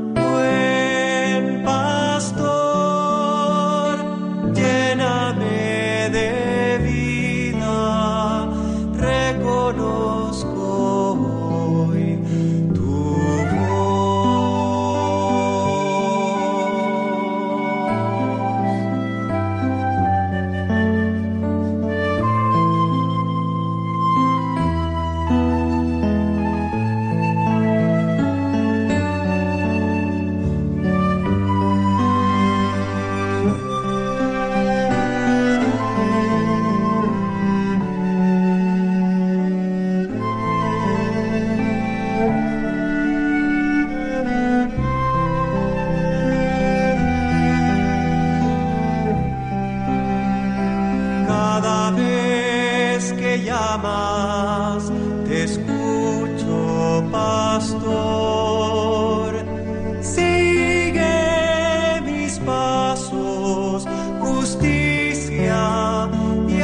buen pastor, lléname de vida, reconozco hoy tu voz. Cada vez que llamas, te escucho, pastor. Sigue mis pasos, justicia y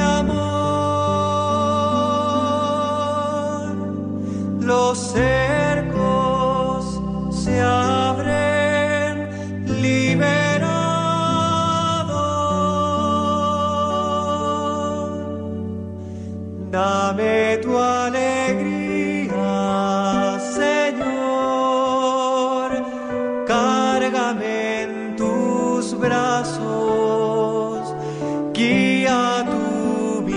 amor. Los cercos se abren, liberados. Dame tu alegría, Señor, cárgame en tus brazos, guía tu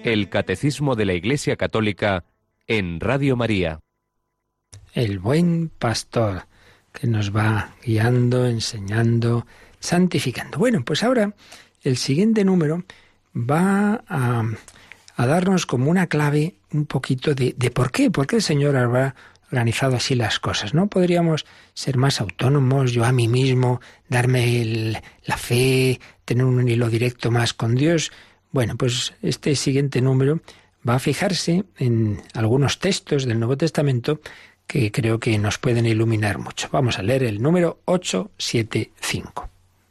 El Catecismo de la Iglesia Católica en Radio María. El buen pastor que nos va guiando, enseñando, santificando. Bueno, pues ahora el siguiente número va a darnos como una clave un poquito de por qué el Señor habrá organizado así las cosas, ¿no? Podríamos ser más autónomos, yo a mí mismo, darme la fe, tener un hilo directo más con Dios. Bueno, pues este siguiente número va a fijarse en algunos textos del Nuevo Testamento que creo que nos pueden iluminar mucho. Vamos a leer el número 875.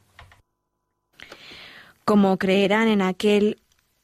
¿Cómo creerán en aquel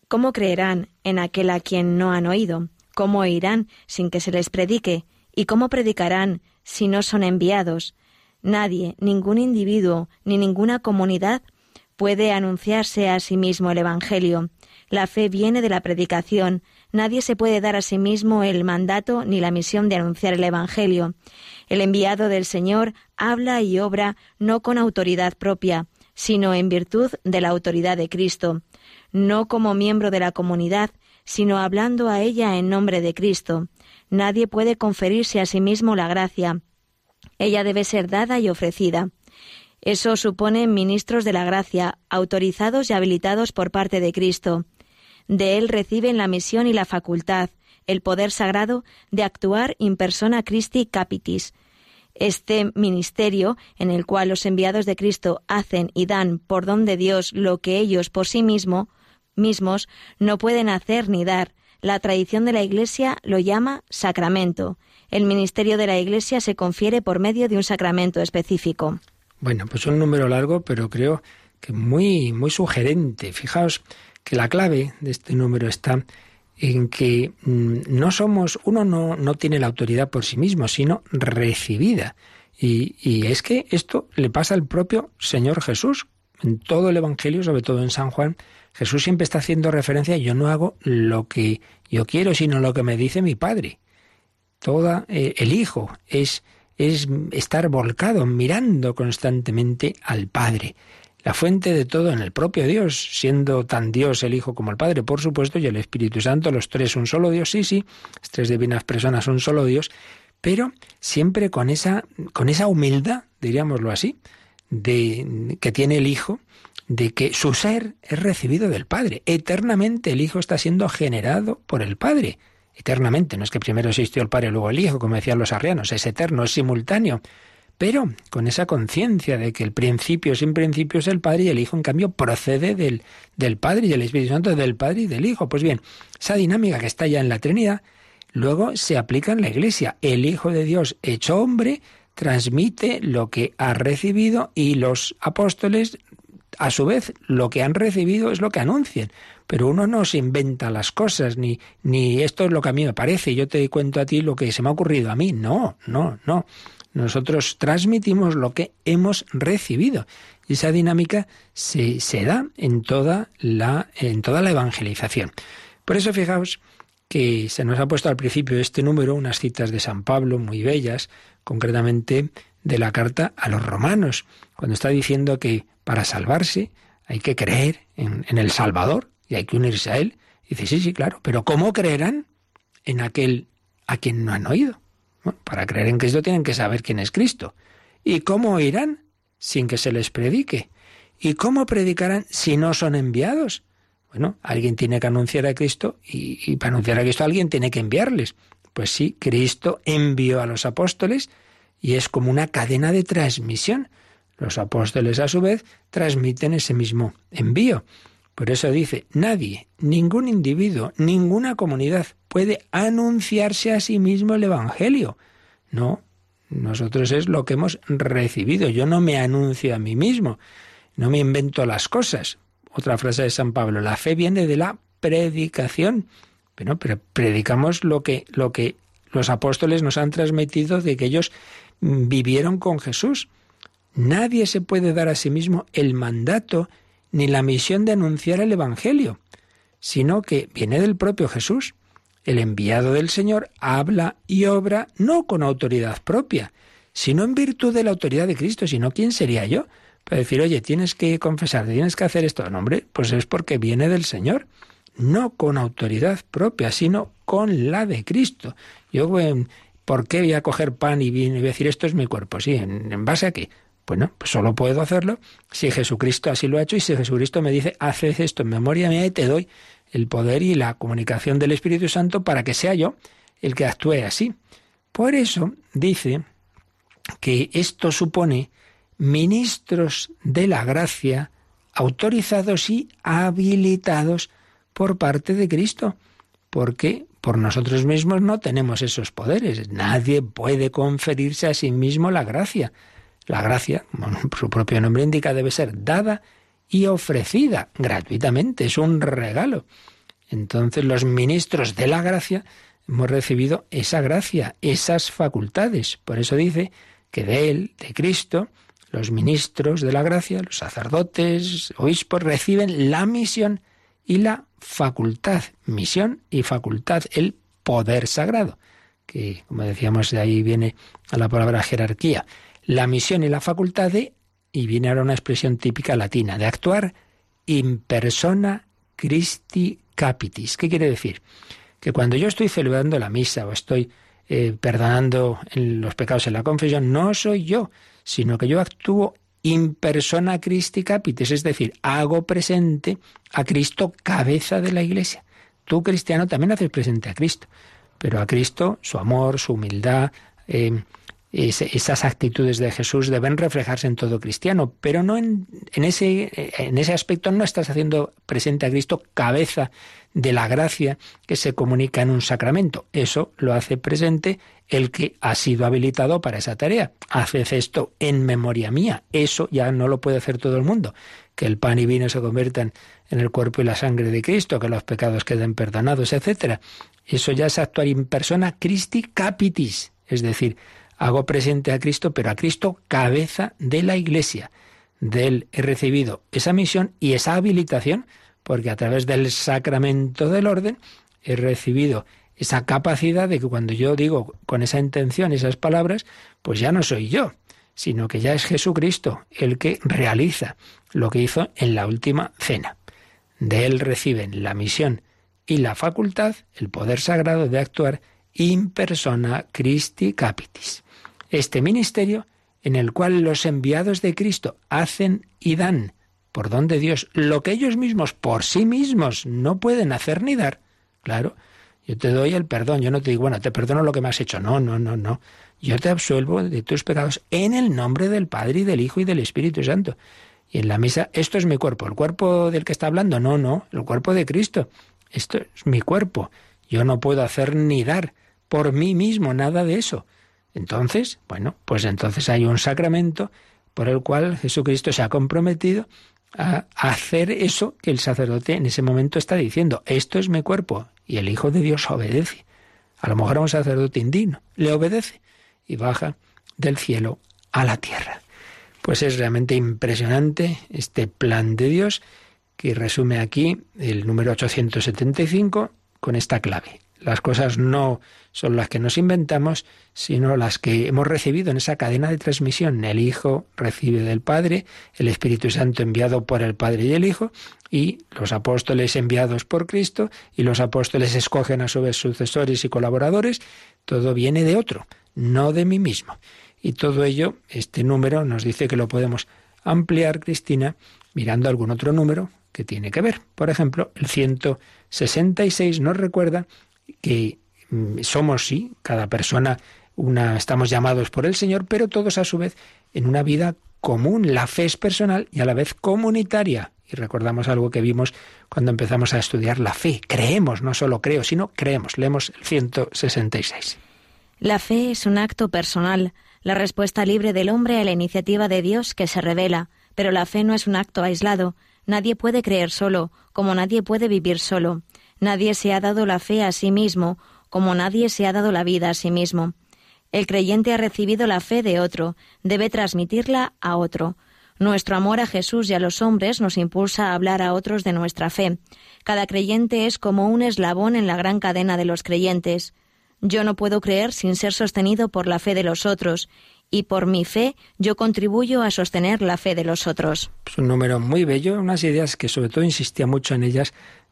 a quien no han oído? ¿Cómo oirán sin que se les predique? ¿Y cómo predicarán si no son enviados? Nadie, ningún individuo, ni ninguna comunidad puede anunciarse a sí mismo el Evangelio. La fe viene de la predicación. Nadie se puede dar a sí mismo el mandato ni la misión de anunciar el Evangelio. El enviado del Señor habla y obra no con autoridad propia, sino en virtud de la autoridad de Cristo, no como miembro de la comunidad, sino hablando a ella en nombre de Cristo. Nadie puede conferirse a sí mismo la gracia. Ella debe ser dada y ofrecida. Eso supone ministros de la gracia, autorizados y habilitados por parte de Cristo. De Él reciben la misión y la facultad, el poder sagrado de actuar in persona Christi capitis. Este ministerio, en el cual los enviados de Cristo hacen y dan por don de Dios lo que ellos por sí mismos no pueden hacer ni dar. La tradición de la Iglesia lo llama sacramento. El ministerio de la Iglesia se confiere por medio de un sacramento específico. Bueno, pues un número largo, pero creo que muy, muy sugerente. Fijaos que la clave de este número está en que uno no tiene la autoridad por sí mismo, sino recibida. Y es que esto le pasa al propio Señor Jesús. En todo el Evangelio, sobre todo en San Juan, Jesús siempre está haciendo referencia: yo no hago lo que yo quiero, sino lo que me dice mi Padre. El Hijo es estar volcado, mirando constantemente al Padre. La fuente de todo en el propio Dios, siendo tan Dios el Hijo como el Padre, por supuesto, y el Espíritu Santo, los tres un solo Dios, sí, las tres divinas personas un solo Dios, pero siempre con esa humildad, diríamoslo así, que tiene el Hijo, de que su ser es recibido del Padre. Eternamente el Hijo está siendo generado por el Padre. Eternamente, no es que primero existió el Padre y luego el Hijo, como decían los arrianos, es eterno, es simultáneo. Pero con esa conciencia de que el principio sin principio es el Padre y el Hijo, en cambio, procede del Padre y el Espíritu Santo del Padre y del Hijo. Pues bien, esa dinámica que está ya en la Trinidad, luego se aplica en la Iglesia. El Hijo de Dios hecho hombre transmite lo que ha recibido y los apóstoles, a su vez, lo que han recibido es lo que anuncian. Pero uno no se inventa las cosas, ni esto es lo que a mí me parece, yo te cuento a ti lo que se me ha ocurrido a mí. No. Nosotros transmitimos lo que hemos recibido. Y esa dinámica se da en toda la evangelización. Por eso fijaos que se nos ha puesto al principio de este número unas citas de San Pablo muy bellas, concretamente de la carta a los romanos, cuando está diciendo que para salvarse hay que creer en el Salvador y hay que unirse a Él. Y dice, sí, claro, pero ¿cómo creerán en aquel a quien no han oído? Bueno, para creer en Cristo tienen que saber quién es Cristo. ¿Y cómo oirán sin que se les predique? ¿Y cómo predicarán si no son enviados? Bueno, alguien tiene que anunciar a Cristo y para anunciar a Cristo alguien tiene que enviarles. Pues sí, Cristo envió a los apóstoles y es como una cadena de transmisión. Los apóstoles, a su vez, transmiten ese mismo envío. Por eso dice, nadie, ningún individuo, ninguna comunidad puede anunciarse a sí mismo el Evangelio. No, nosotros es lo que hemos recibido. Yo no me anuncio a mí mismo, no me invento las cosas. Otra frase de San Pablo, la fe viene de la predicación. Pero predicamos lo que los apóstoles nos han transmitido de que ellos vivieron con Jesús. Nadie se puede dar a sí mismo el mandato ni la misión de anunciar el Evangelio, sino que viene del propio Jesús. El enviado del Señor habla y obra no con autoridad propia, sino en virtud de la autoridad de Cristo. Si no, ¿quién sería yo para decir, oye, tienes que confesarte, tienes que hacer esto? No, hombre, pues es porque viene del Señor. no con autoridad propia, sino con la de Cristo. Yo, ¿por qué voy a coger pan y voy a decir esto es mi cuerpo? Sí, ¿en base a qué? Bueno, pues solo puedo hacerlo si Jesucristo así lo ha hecho y si Jesucristo me dice, haced esto en memoria mía y te doy el poder y la comunicación del Espíritu Santo para que sea yo el que actúe así. Por eso dice que esto supone ministros de la gracia autorizados y habilitados por parte de Cristo, porque por nosotros mismos no tenemos esos poderes. Nadie puede conferirse a sí mismo la gracia. La gracia, como su propio nombre indica, debe ser dada y ofrecida gratuitamente, es un regalo. Entonces los ministros de la gracia hemos recibido esa gracia, esas facultades. Por eso dice que de Él, de Cristo, los ministros de la gracia, los sacerdotes, obispos, reciben la misión y la facultad. Misión y facultad, el poder sagrado, que como decíamos de ahí viene a la palabra jerarquía. La misión y la facultad de, y viene ahora una expresión típica latina, de actuar in persona Christi capitis. ¿Qué quiere decir? Que cuando yo estoy celebrando la misa o estoy perdonando los pecados en la confesión, no soy yo, sino que yo actúo in persona Christi capitis, es decir, hago presente a Cristo, cabeza de la Iglesia. Tú, cristiano, también haces presente a Cristo, pero a Cristo, su amor, su humildad, esas actitudes de Jesús deben reflejarse en todo cristiano, pero no en ese aspecto no estás haciendo presente a Cristo, cabeza de la gracia que se comunica en un sacramento. Eso lo hace presente el que ha sido habilitado para esa tarea. Haced esto en memoria mía. Eso ya no lo puede hacer todo el mundo. Que el pan y vino se conviertan en el cuerpo y la sangre de Cristo, que los pecados queden perdonados, etc. Eso ya es actuar in persona Christi capitis, es decir, hago presente a Cristo, pero a Cristo cabeza de la Iglesia. De Él he recibido esa misión y esa habilitación, porque a través del sacramento del orden he recibido esa capacidad de que cuando yo digo con esa intención esas palabras, pues ya no soy yo, sino que ya es Jesucristo el que realiza lo que hizo en la última cena. De Él reciben la misión y la facultad, el poder sagrado de actuar in persona Christi capitis. Este ministerio en el cual los enviados de Cristo hacen y dan por don de Dios lo que ellos mismos por sí mismos no pueden hacer ni dar. Claro, yo te doy el perdón, yo no te digo, bueno, te perdono lo que me has hecho. No. Yo te absuelvo de tus pecados en el nombre del Padre y del Hijo y del Espíritu Santo. Y en la misa, esto es mi cuerpo. ¿El cuerpo del que está hablando? No, el cuerpo de Cristo. Esto es mi cuerpo. Yo no puedo hacer ni dar por mí mismo nada de eso. Entonces, bueno, pues entonces hay un sacramento por el cual Jesucristo se ha comprometido a hacer eso que el sacerdote en ese momento está diciendo. Esto es mi cuerpo. Y el Hijo de Dios obedece. A lo mejor a un sacerdote indigno le obedece y baja del cielo a la tierra. Pues es realmente impresionante este plan de Dios que resume aquí el número 875 con esta clave. Las cosas no son las que nos inventamos, sino las que hemos recibido en esa cadena de transmisión. El Hijo recibe del Padre, el Espíritu Santo enviado por el Padre y el Hijo, y los apóstoles enviados por Cristo, y los apóstoles escogen a su vez sucesores y colaboradores. Todo viene de otro, no de mí mismo. Y todo ello, este número nos dice que lo podemos ampliar, Cristina, mirando algún otro número que tiene que ver. Por ejemplo, el 166 nos recuerda que somos, sí, cada persona estamos llamados por el Señor, pero todos a su vez en una vida común. La fe es personal y a la vez comunitaria. Y recordamos algo que vimos cuando empezamos a estudiar la fe. Creemos, no solo creo, sino creemos. Leemos el 166. La fe es un acto personal, la respuesta libre del hombre a la iniciativa de Dios que se revela. Pero la fe no es un acto aislado. Nadie puede creer solo, como nadie puede vivir solo. Nadie se ha dado la fe a sí mismo, como nadie se ha dado la vida a sí mismo. El creyente ha recibido la fe de otro, debe transmitirla a otro. Nuestro amor a Jesús y a los hombres nos impulsa a hablar a otros de nuestra fe. Cada creyente es como un eslabón en la gran cadena de los creyentes. Yo no puedo creer sin ser sostenido por la fe de los otros, y por mi fe yo contribuyo a sostener la fe de los otros. Es un número muy bello, unas ideas que sobre todo insistía mucho en ellas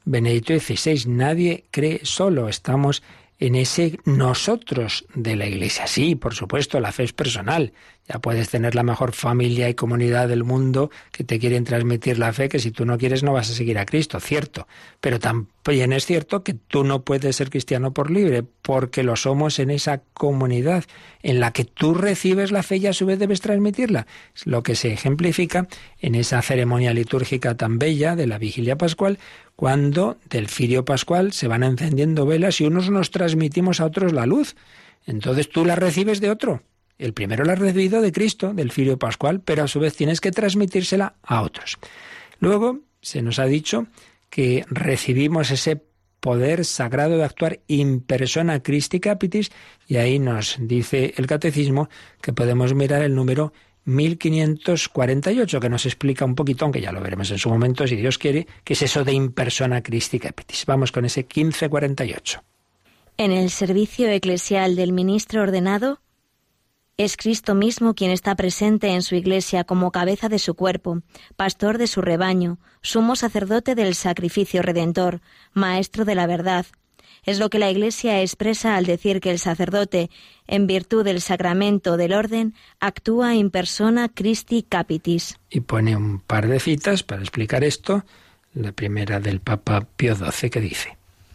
Benedicto XVI. Nadie cree solo, estamos en ese nosotros de la Iglesia. Sí, por supuesto, la fe es personal. Ya puedes tener la mejor familia y comunidad del mundo que te quieren transmitir la fe, que si tú no quieres no vas a seguir a Cristo, cierto. Pero también es cierto que tú no puedes ser cristiano por libre, porque lo somos en esa comunidad en la que tú recibes la fe y a su vez debes transmitirla. Es lo que se ejemplifica en esa ceremonia litúrgica tan bella de la Vigilia Pascual, cuando del cirio pascual se van encendiendo velas y unos nos transmitimos a otros la luz. Entonces tú la recibes de otro. El primero la has recibido de Cristo, del cirio pascual, pero a su vez tienes que transmitírsela a otros. Luego se nos ha dicho que recibimos ese poder sagrado de actuar in persona Christi Capitis, y ahí nos dice el Catecismo que podemos mirar el número 1548, que nos explica un poquito, aunque ya lo veremos en su momento, si Dios quiere, qué es eso de in persona Christi Capitis. Vamos con ese 1548. En el servicio eclesial del ministro ordenado, es Cristo mismo quien está presente en su Iglesia como cabeza de su cuerpo, pastor de su rebaño, sumo sacerdote del sacrificio redentor, maestro de la verdad. Es lo que la Iglesia expresa al decir que el sacerdote, en virtud del sacramento del orden, actúa in persona Christi Capitis. Y pone un par de citas para explicar esto. La primera del Papa Pío XII, que dice: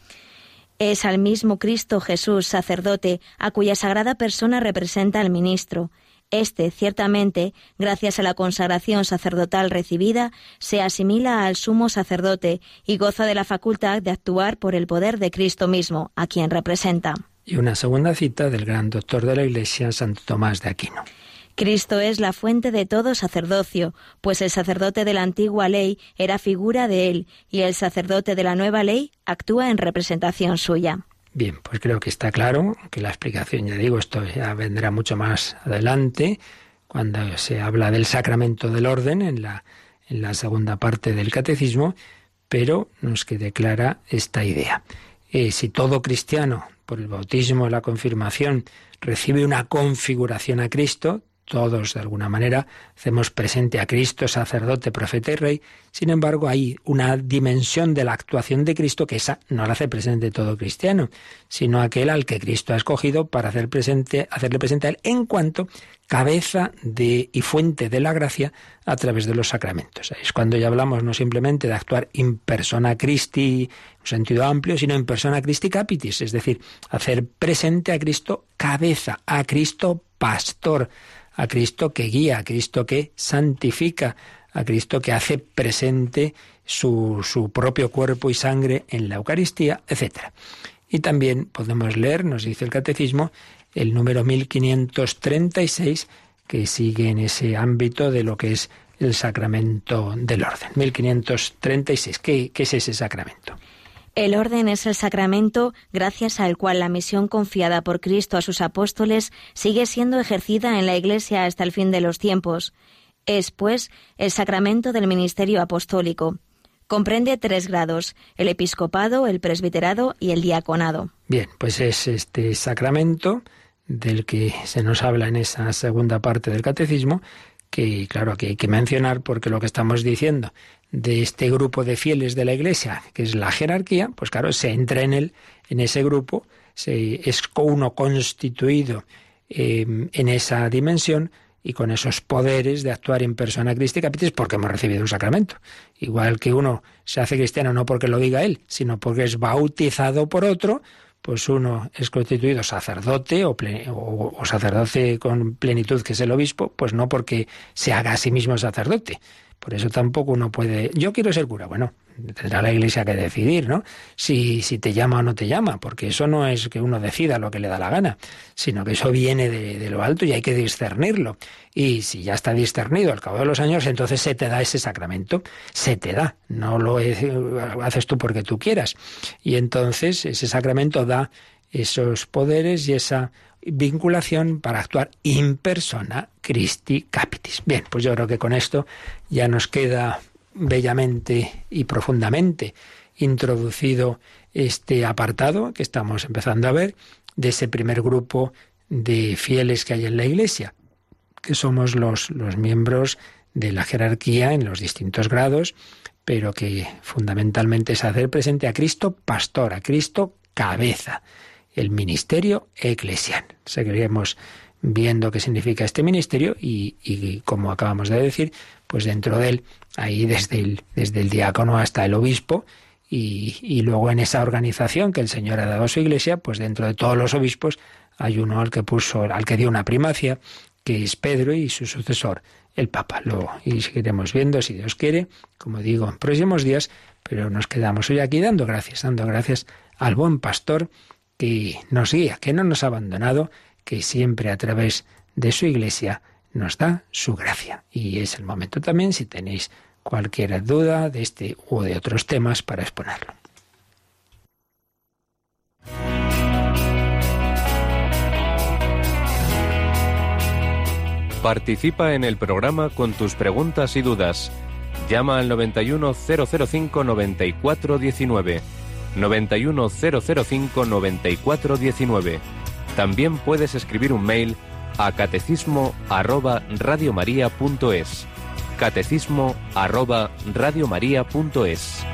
es al mismo Cristo Jesús, sacerdote, a cuya sagrada persona representa al ministro. Este, ciertamente, gracias a la consagración sacerdotal recibida, se asimila al sumo sacerdote y goza de la facultad de actuar por el poder de Cristo mismo, a quien representa. Y una segunda cita del gran doctor de la Iglesia, Santo Tomás de Aquino. Cristo es la fuente de todo sacerdocio, pues el sacerdote de la antigua ley era figura de él, y el sacerdote de la nueva ley actúa en representación suya. Bien, pues creo que está claro que la explicación, ya digo, esto ya vendrá mucho más adelante, cuando se habla del sacramento del orden en la segunda parte del catecismo, pero nos quede clara esta idea. Si todo cristiano, por el bautismo, la confirmación, recibe una configuración a Cristo, todos de alguna manera hacemos presente a Cristo, sacerdote, profeta y rey. Sin embargo, hay una dimensión de la actuación de Cristo que esa no la hace presente todo cristiano, sino aquel al que Cristo ha escogido para hacerle presente a él en cuanto cabeza y fuente de la gracia a través de los sacramentos. Es cuando ya hablamos no simplemente de actuar in persona Christi, en un sentido amplio, sino in persona Christi Capitis, es decir, hacer presente a Cristo cabeza, a Cristo pastor, a Cristo que guía, a Cristo que santifica, a Cristo que hace presente su propio cuerpo y sangre en la Eucaristía, etc. Y también podemos leer, nos dice el Catecismo, el número 1536, que sigue en ese ámbito de lo que es el sacramento del orden. 1536, ¿qué es ese sacramento? El orden es el sacramento gracias al cual la misión confiada por Cristo a sus apóstoles sigue siendo ejercida en la Iglesia hasta el fin de los tiempos. Es, pues, el sacramento del ministerio apostólico. Comprende 3 grados: el episcopado, el presbiterado y el diaconado. Bien, pues es este sacramento del que se nos habla en esa segunda parte del catecismo, que claro que hay que mencionar porque lo que estamos diciendo de este grupo de fieles de la Iglesia, que es la jerarquía, pues claro, se entra en ese grupo, es uno constituido en esa dimensión y con esos poderes de actuar en persona Christi Capitis porque hemos recibido un sacramento. Igual que uno se hace cristiano no porque lo diga él, sino porque es bautizado por otro, pues uno es constituido sacerdote o sacerdote con plenitud, que es el obispo, pues no porque se haga a sí mismo sacerdote. Por eso tampoco uno puede... Yo quiero ser cura. Bueno, tendrá la Iglesia que decidir, ¿no? Si te llama o no te llama, porque eso no es que uno decida lo que le da la gana, sino que eso viene de lo alto y hay que discernirlo. Y si ya está discernido al cabo de los años, entonces se te da ese sacramento. Se te da, no lo haces tú porque tú quieras. Y entonces ese sacramento da esos poderes y esa vinculación para actuar in persona Christi Capitis. Bien, pues yo creo que con esto ya nos queda bellamente y profundamente introducido este apartado que estamos empezando a ver de ese primer grupo de fieles que hay en la Iglesia, que somos los miembros de la jerarquía en los distintos grados, pero que fundamentalmente es hacer presente a Cristo pastor, a Cristo cabeza, el ministerio eclesial. Seguiremos viendo qué significa este ministerio y como acabamos de decir, pues dentro de él, ahí desde el diácono hasta el obispo, y luego en esa organización que el Señor ha dado a su Iglesia, pues dentro de todos los obispos hay uno al que dio una primacia, que es Pedro, y su sucesor, el Papa. Y seguiremos viendo, si Dios quiere, como digo, en próximos días, pero nos quedamos hoy aquí dando gracias al buen pastor que nos guía, que no nos ha abandonado, que siempre a través de su Iglesia nos da su gracia. Y es el momento también, si tenéis cualquier duda de este u de otros temas, para exponerlo. Participa en el programa con tus preguntas y dudas. Llama al 91005-9419. 91005-9419. También puedes escribir un mail a catecismo@radiomaria.es. catecismo@radiomaria.es.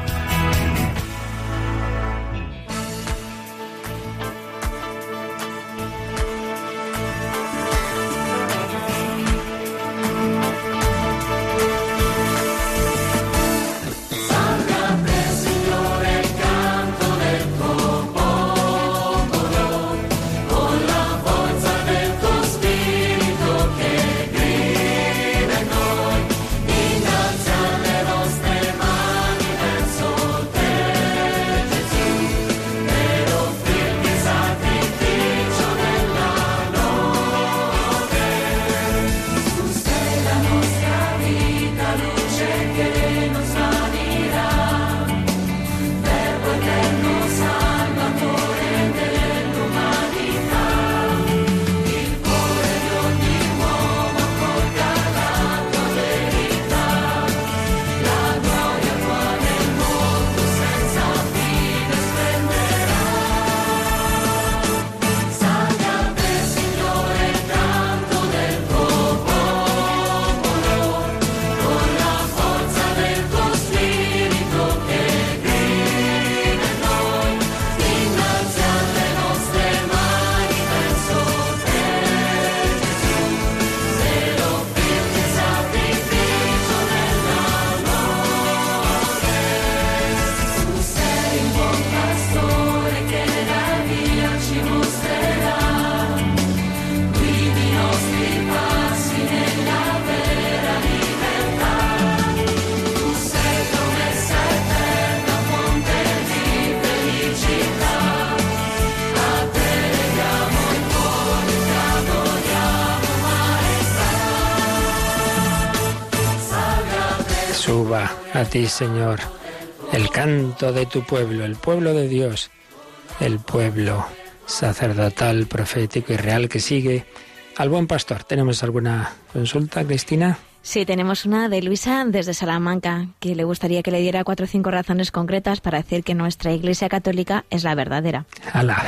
Suba a ti, Señor, el canto de tu pueblo, el pueblo de Dios, el pueblo sacerdotal, profético y real que sigue al buen pastor. ¿Tenemos alguna consulta, Cristina? Sí, tenemos una de Luisa desde Salamanca, que le gustaría que le diera 4 o 5 razones concretas para decir que nuestra Iglesia Católica es la verdadera. ¡Hala!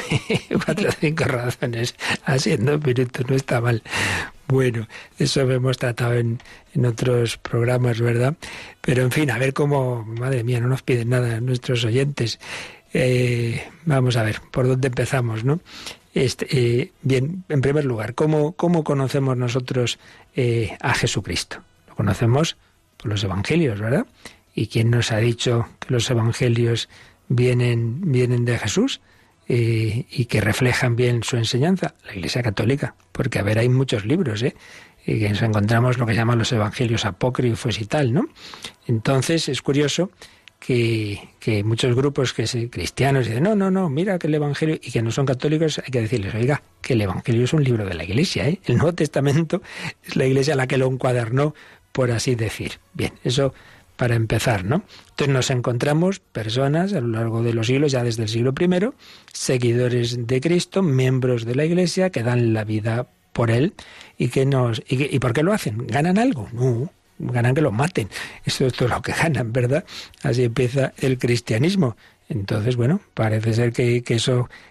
4 o 5 razones, haciendo minutos, no está mal. Bueno, eso lo hemos tratado en otros programas, ¿verdad? Pero en fin, a ver cómo, madre mía, no nos piden nada nuestros oyentes. Vamos a ver, ¿por dónde empezamos, no? Bien, en primer lugar, ¿cómo conocemos nosotros a Jesucristo? Lo conocemos por los evangelios, ¿verdad? ¿Y quién nos ha dicho que los evangelios vienen de Jesús y que reflejan bien su enseñanza? La Iglesia Católica, porque a ver, hay muchos libros, y que nos encontramos lo que llaman los evangelios apócrifos y tal, ¿no? Entonces es curioso que muchos grupos cristianos dicen, no, mira que el Evangelio, y que no son católicos, hay que decirles, oiga, que el Evangelio es un libro de la Iglesia, ¿eh? El Nuevo Testamento es la Iglesia la que lo encuadernó, por así decir. Bien, eso para empezar, ¿no? Entonces nos encontramos personas a lo largo de los siglos, ya desde el siglo I, seguidores de Cristo, miembros de la Iglesia, que dan la vida por Él, y ¿por qué lo hacen? ¿Ganan algo? No. Ganan que los maten. Eso es todo lo que ganan, ¿verdad? Así empieza el cristianismo. Entonces, bueno, parece ser que eso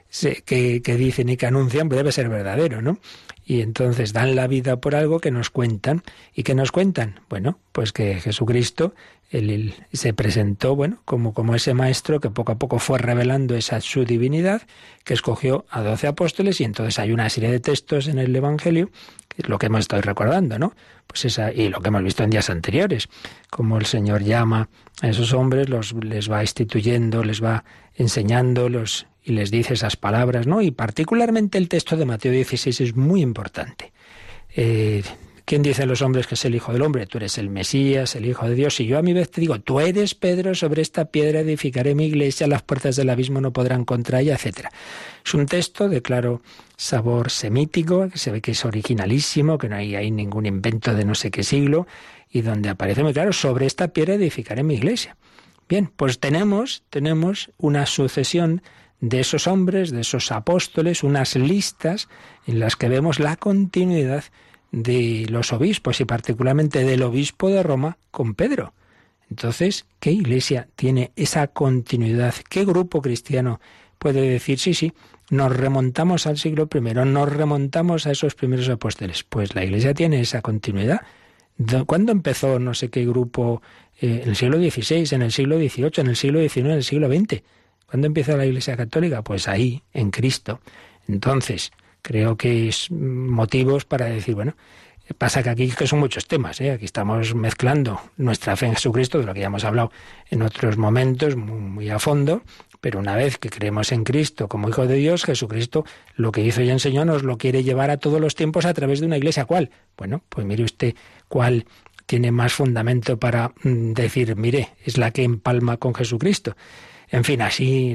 que dicen y que anuncian, pues debe ser verdadero, ¿no? Y entonces dan la vida por algo que nos cuentan. ¿Y qué nos cuentan? Bueno, pues que Jesucristo él se presentó, bueno, como ese maestro que poco a poco fue revelando esa su divinidad, que escogió a 12 apóstoles, y entonces hay una serie de textos en el Evangelio, que es lo que hemos estado recordando, ¿no? Pues y lo que hemos visto en días anteriores, como el Señor llama a esos hombres, les va instituyendo, les va enseñando, y les dice esas palabras, ¿no? Y particularmente el texto de Mateo 16 es muy importante. ¿Quién dice a los hombres que es el Hijo del Hombre? Tú eres el Mesías, el Hijo de Dios. Y yo a mi vez te digo, tú eres Pedro, sobre esta piedra edificaré mi iglesia, las puertas del abismo no podrán contra ella, etc. Es un texto de claro sabor semítico, que se ve que es originalísimo, que no hay ningún invento de no sé qué siglo, y donde aparece muy claro, sobre esta piedra edificaré mi iglesia. Bien, pues tenemos una sucesión de esos hombres, de esos apóstoles, unas listas en las que vemos la continuidad de los obispos y particularmente del obispo de Roma con Pedro. Entonces, ¿qué iglesia tiene esa continuidad? ¿Qué grupo cristiano puede decir, sí, nos remontamos al siglo I, nos remontamos a esos primeros apóstoles? Pues la iglesia tiene esa continuidad. ¿Cuándo empezó no sé qué grupo? En el siglo XVI, en el siglo XVIII, en el siglo XIX, en el siglo XX. ¿Cuándo empieza la Iglesia Católica? Pues ahí, en Cristo. Entonces, creo que es motivos para decir, bueno, pasa que aquí que son muchos temas, aquí estamos mezclando nuestra fe en Jesucristo, de lo que ya hemos hablado en otros momentos, muy a fondo, pero una vez que creemos en Cristo como Hijo de Dios, Jesucristo lo que hizo y enseñó nos lo quiere llevar a todos los tiempos a través de una iglesia. ¿Cuál? Bueno, pues mire usted cuál tiene más fundamento para decir, mire, es la que empalma con Jesucristo. En fin, así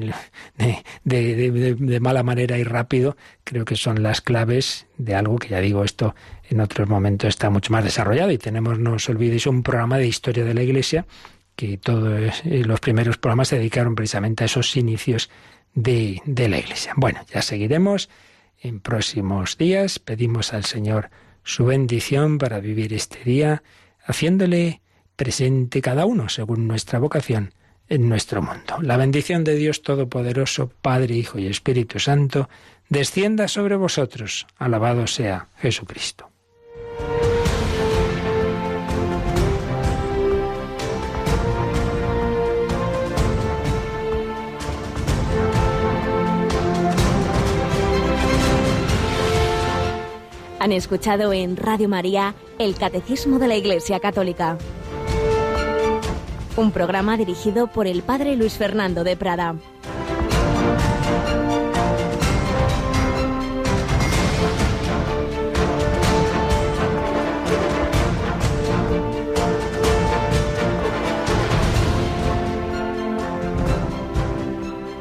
de mala manera y rápido, creo que son las claves de algo que, ya digo, esto en otros momentos está mucho más desarrollado y tenemos, no os olvidéis, un programa de historia de la Iglesia, que todos los primeros programas se dedicaron precisamente a esos inicios de la Iglesia. Bueno, ya seguiremos en próximos días. Pedimos al Señor su bendición para vivir este día, haciéndole presente cada uno según nuestra vocación en nuestro mundo. La bendición de Dios Todopoderoso, Padre, Hijo y Espíritu Santo, descienda sobre vosotros. Alabado sea Jesucristo. Han escuchado en Radio María el Catecismo de la Iglesia Católica, un programa dirigido por el Padre Luis Fernando de Prada.